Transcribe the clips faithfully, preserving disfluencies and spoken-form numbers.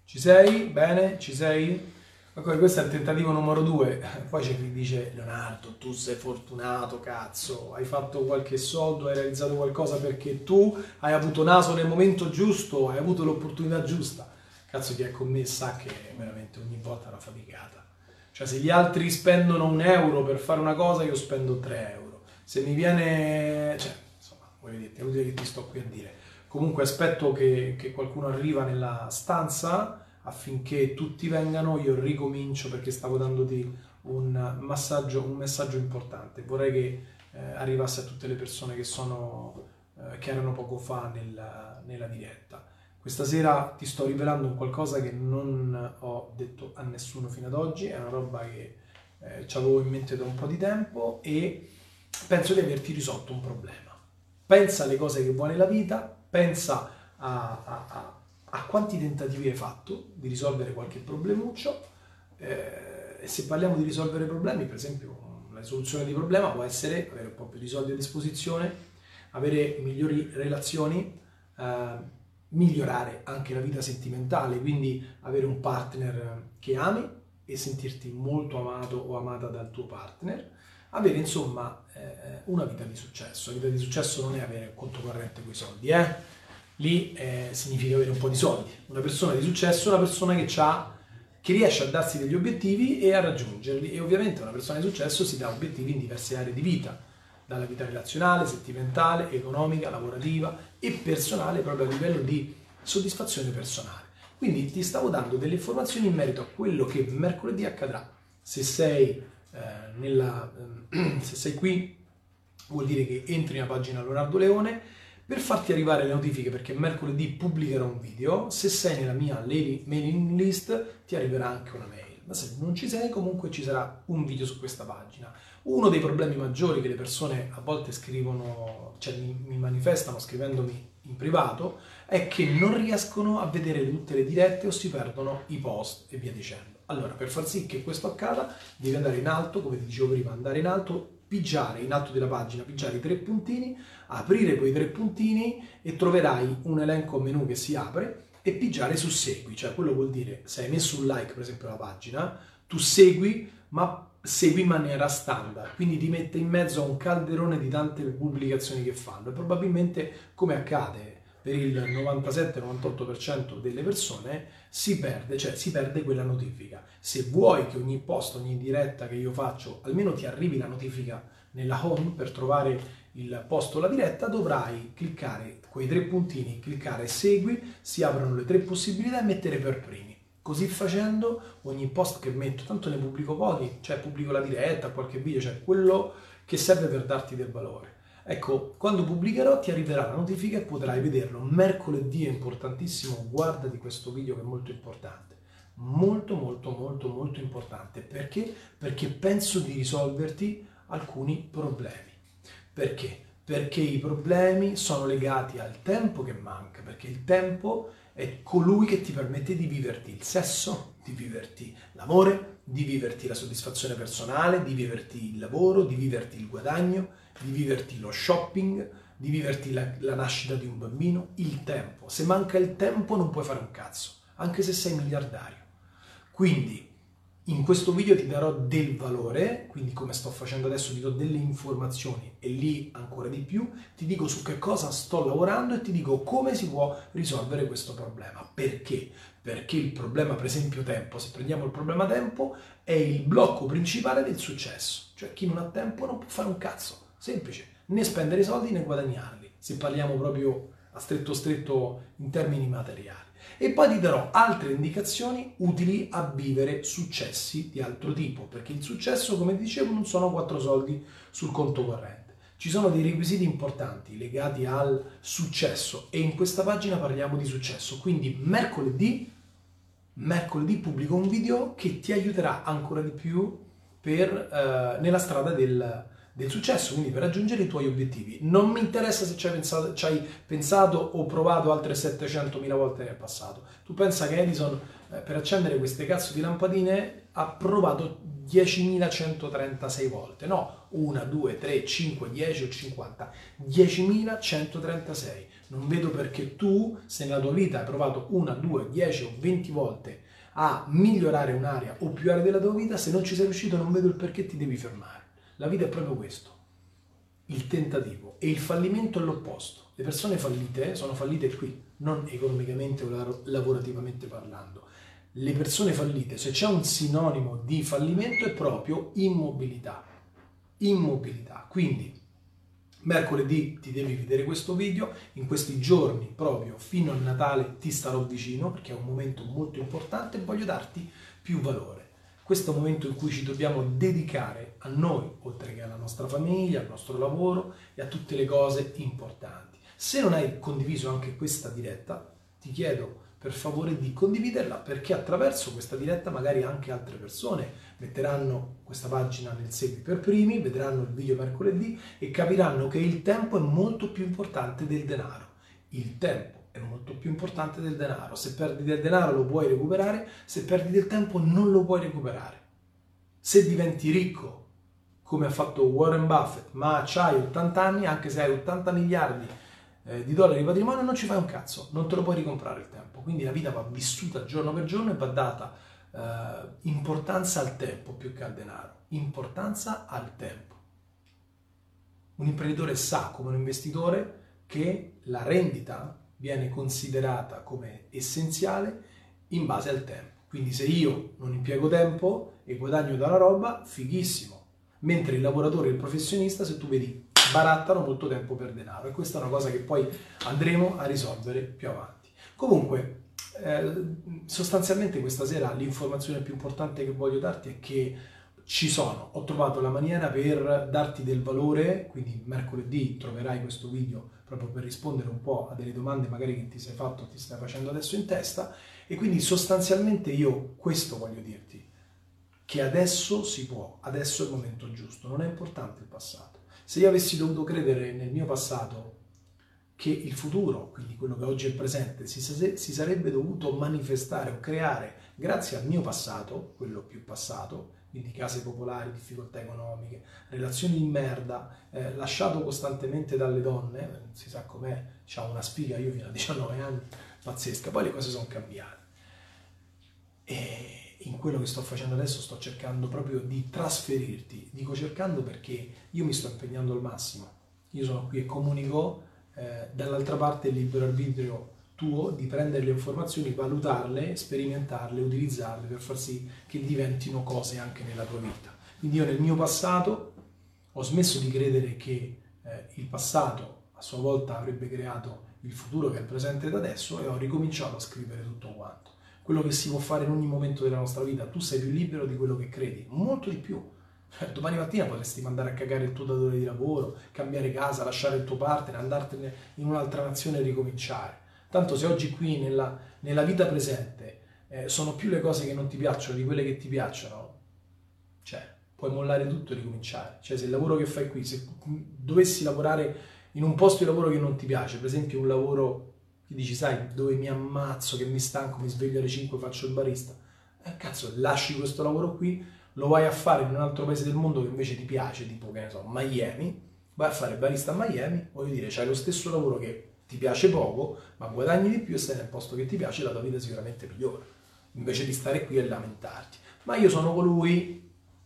Ci sei? Bene? Ci sei? Ok, questo è il tentativo numero due. Poi c'è chi dice: Leonardo, tu sei fortunato, cazzo, hai fatto qualche soldo, hai realizzato qualcosa perché tu hai avuto naso nel momento giusto, hai avuto l'opportunità giusta. Cazzo, chi è con me sa che veramente ogni volta è una faticata. Cioè, se gli altri spendono un euro per fare una cosa, io spendo tre euro. Se mi viene... cioè, insomma, voglio dire, è inutile che ti sto qui a dire. Comunque aspetto che, che qualcuno arriva nella stanza affinché tutti vengano, io ricomincio perché stavo dandoti un, massaggio, un messaggio importante. Vorrei che eh, arrivasse a tutte le persone che, sono, eh, che erano poco fa nella, nella diretta. Questa sera ti sto rivelando un qualcosa che non ho detto a nessuno fino ad oggi, è una roba che eh, ci avevo in mente da un po' di tempo e penso di averti risolto un problema. Pensa alle cose che vuoi nella vita, pensa a, a, a, a quanti tentativi hai fatto di risolvere qualche problemuccio eh, e se parliamo di risolvere problemi, per esempio, la risoluzione di problema può essere avere un po' più di soldi a disposizione, avere migliori relazioni, eh, migliorare anche la vita sentimentale, quindi avere un partner che ami e sentirti molto amato o amata dal tuo partner, avere insomma eh, una vita di successo. La vita di successo non è avere un conto corrente con i soldi, eh? Lì eh, significa avere un po' di soldi. Una persona di successo è una persona che, c'ha, che riesce a darsi degli obiettivi e a raggiungerli, e ovviamente una persona di successo si dà obiettivi in diverse aree di vita, dalla vita relazionale, sentimentale, economica, lavorativa e personale, proprio a livello di soddisfazione personale. Quindi ti stavo dando delle informazioni in merito a quello che mercoledì accadrà. Se sei, eh, nella, eh, se sei qui, vuol dire che entri nella pagina Leonardo Leone per farti arrivare le notifiche, perché mercoledì pubblicherò un video. Se sei nella mia mailing list ti arriverà anche una mail, ma se non ci sei comunque ci sarà un video su questa pagina. Uno dei problemi maggiori che le persone a volte scrivono, cioè mi, mi manifestano scrivendomi in privato, è che non riescono a vedere tutte le dirette o si perdono i post e via dicendo. Allora, per far sì che questo accada, devi andare in alto, come ti dicevo prima, andare in alto, pigiare in alto della pagina, pigiare i tre puntini, aprire quei tre puntini e troverai un elenco menu che si apre e pigiare su segui, cioè quello vuol dire se hai messo un like per esempio alla pagina, tu segui, ma segui in maniera standard, quindi ti mette in mezzo a un calderone di tante pubblicazioni che fanno e probabilmente, come accade per il novantasette novantotto per cento delle persone, si perde, cioè si perde quella notifica. Se vuoi che ogni post, ogni diretta che io faccio, almeno ti arrivi la notifica nella home per trovare il post o la diretta, dovrai cliccare quei tre puntini, cliccare segui, si aprono le tre possibilità e mettere per primi. Così facendo, ogni post che metto, tanto ne pubblico pochi, cioè pubblico la diretta, qualche video, cioè quello che serve per darti del valore. Ecco, quando pubblicherò ti arriverà la notifica e potrai vederlo. Mercoledì è importantissimo, guardati questo video che è molto importante. Molto, molto, molto, molto importante. Perché? Perché penso di risolverti alcuni problemi. Perché? Perché i problemi sono legati al tempo che manca, perché il tempo è colui che ti permette di viverti il sesso, di viverti l'amore, di viverti la soddisfazione personale, di viverti il lavoro, di viverti il guadagno, di viverti lo shopping, di viverti la, la nascita di un bambino, il tempo. Se manca il tempo non puoi fare un cazzo, anche se sei miliardario. Quindi in questo video ti darò del valore, quindi come sto facendo adesso ti do delle informazioni e lì ancora di più, ti dico su che cosa sto lavorando e ti dico come si può risolvere questo problema. Perché? Perché il problema, per esempio tempo, se prendiamo il problema tempo, è il blocco principale del successo. Cioè chi non ha tempo non può fare un cazzo, semplice, né spendere i soldi né guadagnarli, se parliamo proprio a stretto stretto in termini materiali. E poi ti darò altre indicazioni utili a vivere successi di altro tipo, perché il successo, come dicevo, non sono quattro soldi sul conto corrente. Ci sono dei requisiti importanti legati al successo e in questa pagina parliamo di successo. Quindi mercoledì, mercoledì pubblico un video che ti aiuterà ancora di più per, eh, nella strada del del successo, quindi per raggiungere i tuoi obiettivi. Non mi interessa se ci hai pensato, ci hai pensato o provato altre settecentomila volte nel passato. Tu pensa che Edison eh, per accendere queste cazzo di lampadine ha provato diecimilacentotrentasei volte, no una, due, tre, cinque, dieci o cinquanta, diecimilacentotrentasei. Non vedo perché tu, se nella tua vita hai provato una, due, dieci o venti volte a migliorare un'area o più aree della tua vita, se non ci sei riuscito non vedo il perché ti devi fermare. La vita è proprio questo, il tentativo, e il fallimento è l'opposto. Le persone fallite sono fallite qui, non economicamente o lavorativamente parlando. Le persone fallite, se c'è un sinonimo di fallimento, è proprio immobilità. Immobilità. Quindi mercoledì ti devi vedere questo video, in questi giorni proprio fino a Natale ti starò vicino perché è un momento molto importante e voglio darti più valore. Questo è un momento in cui ci dobbiamo dedicare a noi, oltre che alla nostra famiglia, al nostro lavoro e a tutte le cose importanti. Se non hai condiviso anche questa diretta, ti chiedo per favore di condividerla, perché attraverso questa diretta magari anche altre persone metteranno questa pagina nel segui per primi, vedranno il video mercoledì e capiranno che il tempo è molto più importante del denaro. Il tempo è molto più importante del denaro. Se perdi del denaro lo puoi recuperare, se perdi del tempo non lo puoi recuperare. Se diventi ricco, come ha fatto Warren Buffett, ma c'hai ottanta anni, anche se hai ottanta miliardi di dollari di patrimonio, non ci fai un cazzo, non te lo puoi ricomprare il tempo. Quindi la vita va vissuta giorno per giorno e va data eh, importanza al tempo più che al denaro. Importanza al tempo. Un imprenditore sa, come un investitore, che la rendita viene considerata come essenziale in base al tempo. Quindi se io non impiego tempo e guadagno dalla roba, fighissimo. Mentre il lavoratore e il professionista, se tu vedi, barattano molto tempo per denaro, e questa è una cosa che poi andremo a risolvere più avanti. Comunque, eh, sostanzialmente questa sera l'informazione più importante che voglio darti è che ci sono, ho trovato la maniera per darti del valore, quindi mercoledì troverai questo video proprio per rispondere un po' a delle domande magari che ti sei fatto, ti stai facendo adesso in testa, e quindi sostanzialmente io questo voglio dirti, che adesso si può, adesso è il momento giusto, non è importante il passato. Se io avessi dovuto credere nel mio passato che il futuro, quindi quello che oggi è presente, si, si sarebbe dovuto manifestare o creare grazie al mio passato, quello più passato, quindi case popolari, difficoltà economiche, relazioni di merda, eh, lasciato costantemente dalle donne, non si sa com'è, c'ha una sfiga, io fino a diciannove anni, pazzesca, poi le cose sono cambiate. E in quello che sto facendo adesso sto cercando proprio di trasferirti, dico cercando perché io mi sto impegnando al massimo, io sono qui e comunico, eh, dall'altra parte il libero arbitrio tuo di prendere le informazioni, valutarle, sperimentarle, utilizzarle per far sì che diventino cose anche nella tua vita. Quindi io nel mio passato ho smesso di credere che eh, il passato a sua volta avrebbe creato il futuro che è il presente da adesso e ho ricominciato a scrivere tutto quanto. Quello che si può fare in ogni momento della nostra vita, tu sei più libero di quello che credi, molto di più. Domani mattina potresti mandare a cagare il tuo datore di lavoro, cambiare casa, lasciare il tuo partner, andartene in un'altra nazione e ricominciare. Tanto se oggi qui nella, nella vita presente eh, sono più le cose che non ti piacciono di quelle che ti piacciono, cioè puoi mollare tutto e ricominciare. Cioè se il lavoro che fai qui, se dovessi lavorare in un posto di lavoro che non ti piace, per esempio un lavoro che dici, sai, dove mi ammazzo, che mi stanco, mi sveglio alle cinque, faccio il barista, eh, cazzo, lasci questo lavoro qui, lo vai a fare in un altro paese del mondo che invece ti piace, tipo, che ne so, Miami, vai a fare barista a Miami, voglio dire, c'hai lo stesso lavoro che ti piace poco, ma guadagni di più e stai nel posto che ti piace, la tua vita è sicuramente migliore, invece di stare qui e lamentarti. Ma io sono colui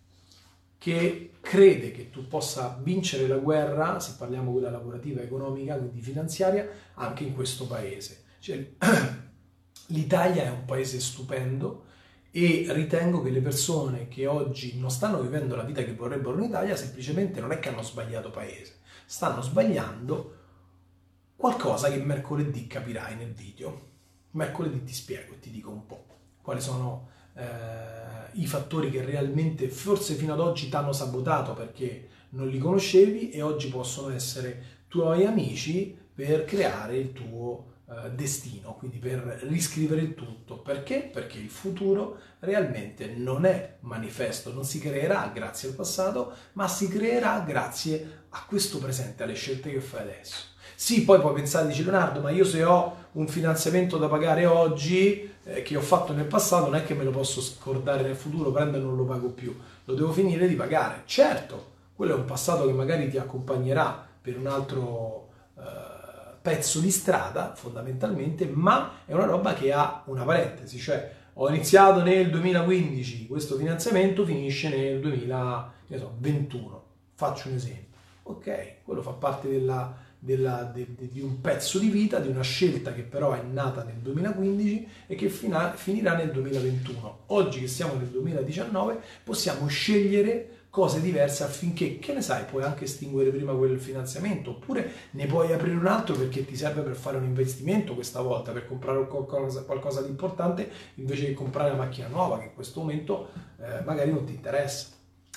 che crede che tu possa vincere la guerra, se parliamo quella lavorativa, economica, quindi finanziaria, anche in questo paese. Cioè, l'Italia è un paese stupendo e ritengo che le persone che oggi non stanno vivendo la vita che vorrebbero in Italia semplicemente non è che hanno sbagliato paese, stanno sbagliando qualcosa che mercoledì capirai nel video. Mercoledì ti spiego e ti dico un po' quali sono eh, i fattori che realmente forse fino ad oggi ti hanno sabotato perché non li conoscevi e oggi possono essere tuoi amici per creare il tuo eh, destino, quindi per riscrivere il tutto. Perché? Perché il futuro realmente non è manifesto, non si creerà grazie al passato, ma si creerà grazie a questo presente, alle scelte che fai adesso. Sì, poi puoi pensare, dici Leonardo, ma io se ho un finanziamento da pagare oggi, eh, che ho fatto nel passato, non è che me lo posso scordare nel futuro, prendo e non lo pago più, lo devo finire di pagare. Certo, quello è un passato che magari ti accompagnerà per un altro eh, pezzo di strada fondamentalmente, ma è una roba che ha una parentesi, cioè ho iniziato nel duemilaquindici, questo finanziamento finisce nel duemilaventuno, faccio un esempio. Ok, quello fa parte della, della, de, de, di un pezzo di vita, di una scelta che però è nata nel duemilaquindici e che fina, finirà nel duemilaventuno. Oggi che siamo nel duemiladiciannove possiamo scegliere cose diverse affinché, che ne sai, puoi anche estinguere prima quel finanziamento, oppure ne puoi aprire un altro perché ti serve per fare un investimento questa volta, per comprare qualcosa, qualcosa di importante invece che comprare una macchina nuova che in questo momento eh, magari non ti interessa.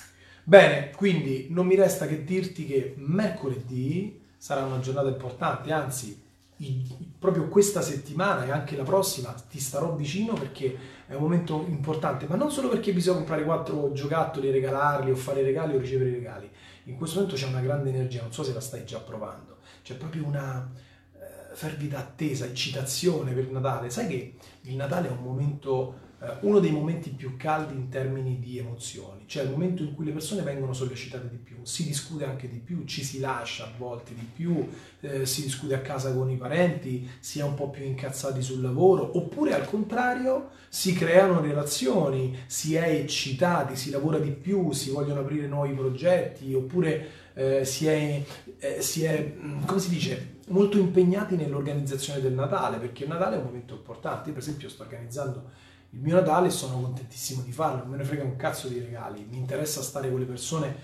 Bene, quindi non mi resta che dirti che mercoledì sarà una giornata importante, anzi i, proprio questa settimana e anche la prossima ti starò vicino perché è un momento importante, ma non solo perché bisogna comprare quattro giocattoli e regalarli o fare regali o ricevere regali. In questo momento c'è una grande energia, non so se la stai già provando, c'è proprio una eh, fervida attesa, eccitazione per il Natale. Sai che il Natale è un momento, eh, uno dei momenti più caldi in termini di emozioni, cioè il momento in cui le persone vengono sollecitate di più, si discute anche di più, ci si lascia a volte di più, eh, si discute a casa con i parenti, si è un po' più incazzati sul lavoro, oppure al contrario si creano relazioni, si è eccitati, si lavora di più, si vogliono aprire nuovi progetti, oppure eh, si, è, eh, si è, come si dice, molto impegnati nell'organizzazione del Natale, perché il Natale è un momento importante. Io per esempio sto organizzando il mio Natale e sono contentissimo di farlo, non me ne frega un cazzo di regali, mi interessa stare con le persone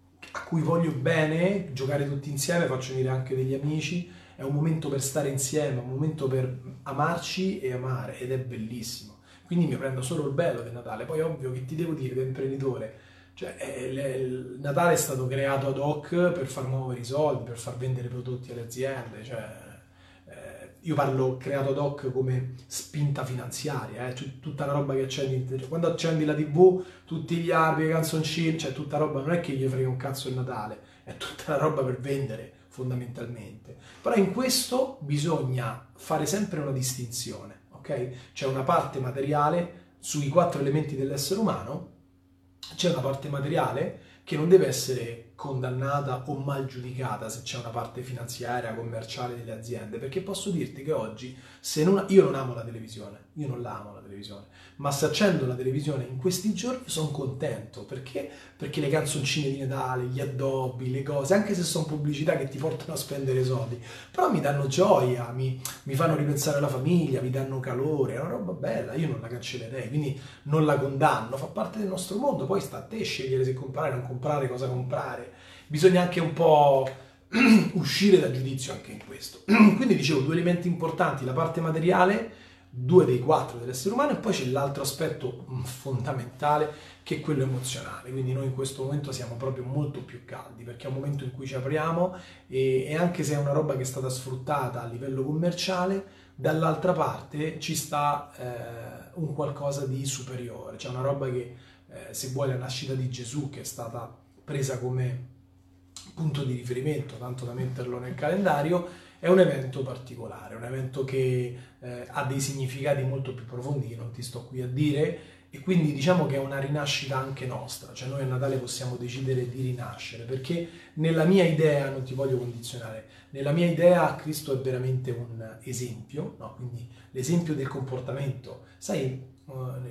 a cui voglio bene, giocare tutti insieme, faccio venire anche degli amici, è un momento per stare insieme, è un momento per amarci e amare ed è bellissimo. Quindi mi prendo solo il bello del Natale. Poi ovvio che ti devo dire da imprenditore, cioè eh, le, il Natale è stato creato ad hoc per far muovere i soldi, per far vendere prodotti alle aziende, cioè eh, io parlo creato ad hoc come spinta finanziaria, eh, cioè, tutta la roba che accendi, cioè, quando accendi la tivù, tutti gli albi, le canzoncine, cioè tutta roba, non è che gli frega un cazzo il Natale, è tutta la roba per vendere fondamentalmente. Però in questo bisogna fare sempre una distinzione. Okay? C'è una parte materiale sui quattro elementi dell'essere umano, c'è una parte materiale che non deve essere condannata o mal giudicata se c'è una parte finanziaria, commerciale delle aziende, perché posso dirti che oggi, se non, io non amo la televisione, io non la amo la televisione, ma se accendo la televisione in questi giorni sono contento, perché? Perché le canzoncine di Natale, gli addobbi, le cose, anche se sono pubblicità che ti portano a spendere soldi, però mi danno gioia, mi, mi fanno ripensare alla famiglia, mi danno calore, è una roba bella, io non la cancellerei, quindi non la condanno, fa parte del nostro mondo, poi sta a te scegliere se comprare, non comprare, cosa comprare. Bisogna anche un po' uscire dal giudizio anche in questo. Quindi dicevo, due elementi importanti, la parte materiale, due dei quattro dell'essere umano, e poi c'è l'altro aspetto fondamentale che è quello emozionale. Quindi noi in questo momento siamo proprio molto più caldi, perché è un momento in cui ci apriamo e, e anche se è una roba che è stata sfruttata a livello commerciale, dall'altra parte ci sta eh, un qualcosa di superiore, c'è una roba che eh, se vuoi la nascita di Gesù, che è stata presa come punto di riferimento, tanto da metterlo nel calendario, è un evento particolare, un evento che eh, ha dei significati molto più profondi che non ti sto qui a dire, e quindi diciamo che è una rinascita anche nostra, cioè noi a Natale possiamo decidere di rinascere, perché nella mia idea, non ti voglio condizionare, nella mia idea Cristo è veramente un esempio, no? Quindi l'esempio del comportamento. Sai, uh,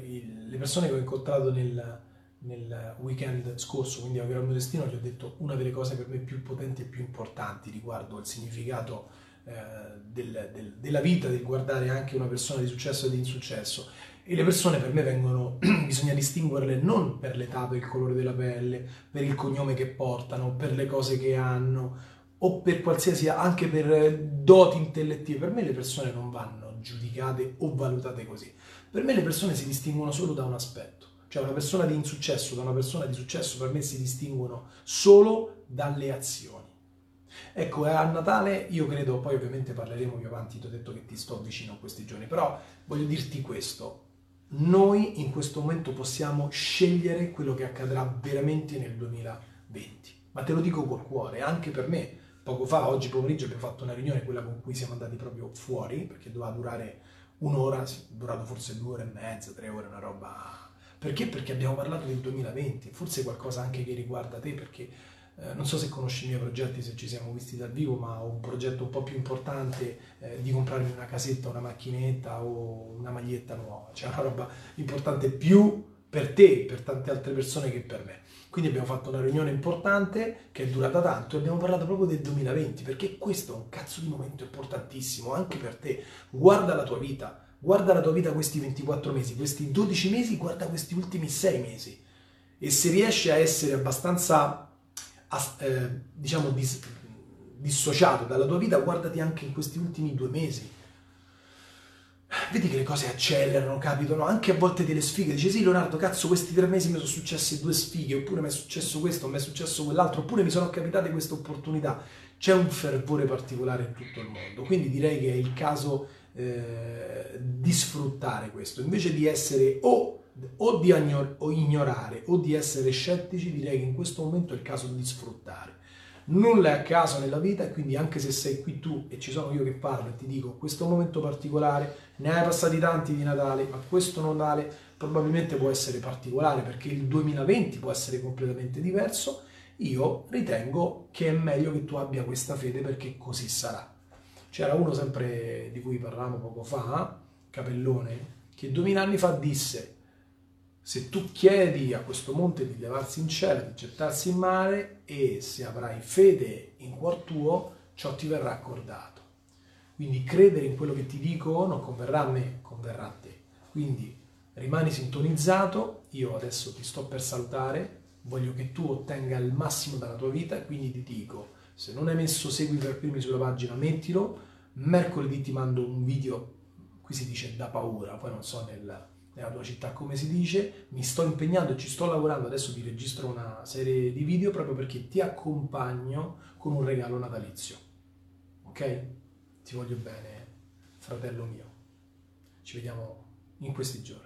le persone che ho incontrato nel nel weekend scorso, quindi a Vero il mio destino, gli ho detto una delle cose per me più potenti e più importanti riguardo il significato eh, del, del, della vita, del guardare anche una persona di successo e di insuccesso. E le persone per me vengono, bisogna distinguerle non per l'età, per il colore della pelle, per il cognome che portano, per le cose che hanno, o per qualsiasi, anche per doti intellettive. Per me le persone non vanno giudicate o valutate così. Per me le persone si distinguono solo da un aspetto. Cioè una persona di insuccesso da una persona di successo per me si distinguono solo dalle azioni. Ecco, a Natale io credo, poi ovviamente parleremo più avanti, ti ho detto che ti sto vicino a questi giorni, però voglio dirti questo, noi in questo momento possiamo scegliere quello che accadrà veramente nel duemilaventi, ma te lo dico col cuore, anche per me. Poco fa, oggi pomeriggio, abbiamo fatto una riunione, quella con cui siamo andati proprio fuori, perché doveva durare un'ora, è durato forse due ore e mezza, tre ore, una roba... Perché? Perché abbiamo parlato del duemilaventi, forse qualcosa anche che riguarda te, perché Eh, non so se conosci i miei progetti, se ci siamo visti dal vivo, ma ho un progetto un po' più importante eh, di comprarmi una casetta, una macchinetta o una maglietta nuova. C'è una roba importante più per te, per tante altre persone che per me. Quindi abbiamo fatto una riunione importante che è durata tanto e abbiamo parlato proprio del duemilaventi, perché questo è un cazzo di momento importantissimo anche per te. Guarda la tua vita, guarda la tua vita questi ventiquattro mesi, questi dodici mesi, guarda questi ultimi sei mesi. E se riesci a essere abbastanza eh, diciamo dis, dissociato dalla tua vita, guardati anche in questi ultimi due mesi. Vedi che le cose accelerano, capitano, anche a volte delle sfighe. Dici sì Leonardo, cazzo, questi tre mesi mi sono successe due sfighe, oppure mi è successo questo, mi è successo quell'altro, oppure mi sono capitate queste opportunità. C'è un fervore particolare in tutto il mondo, quindi direi che è il caso eh, di sfruttare questo, invece di essere o, o di o ignorare o di essere scettici. Direi che in questo momento è il caso di sfruttare. Nulla è a caso nella vita, e quindi anche se sei qui tu e ci sono io che parlo e ti dico questo momento particolare, ne hai passati tanti di Natale, ma questo Natale probabilmente può essere particolare perché il duemilaventi può essere completamente diverso. Io ritengo che è meglio che tu abbia questa fede, perché così sarà. C'era uno sempre di cui parlavamo poco fa, Capellone, che duemila anni fa disse: se tu chiedi a questo monte di levarsi in cielo, di gettarsi in mare, e se avrai fede in cuor tuo, ciò ti verrà accordato. Quindi credere in quello che ti dico non converrà a me, converrà a te. Quindi rimani sintonizzato, io adesso ti sto per salutare, voglio che tu ottenga il massimo dalla tua vita, quindi ti dico, se non hai messo segui per primi sulla pagina, mettilo. Mercoledì ti mando un video, qui si dice da paura, poi non so nel... nella tua città come si dice, mi sto impegnando e ci sto lavorando, adesso ti registro una serie di video proprio perché ti accompagno con un regalo natalizio, ok? Ti voglio bene, fratello mio, ci vediamo in questi giorni.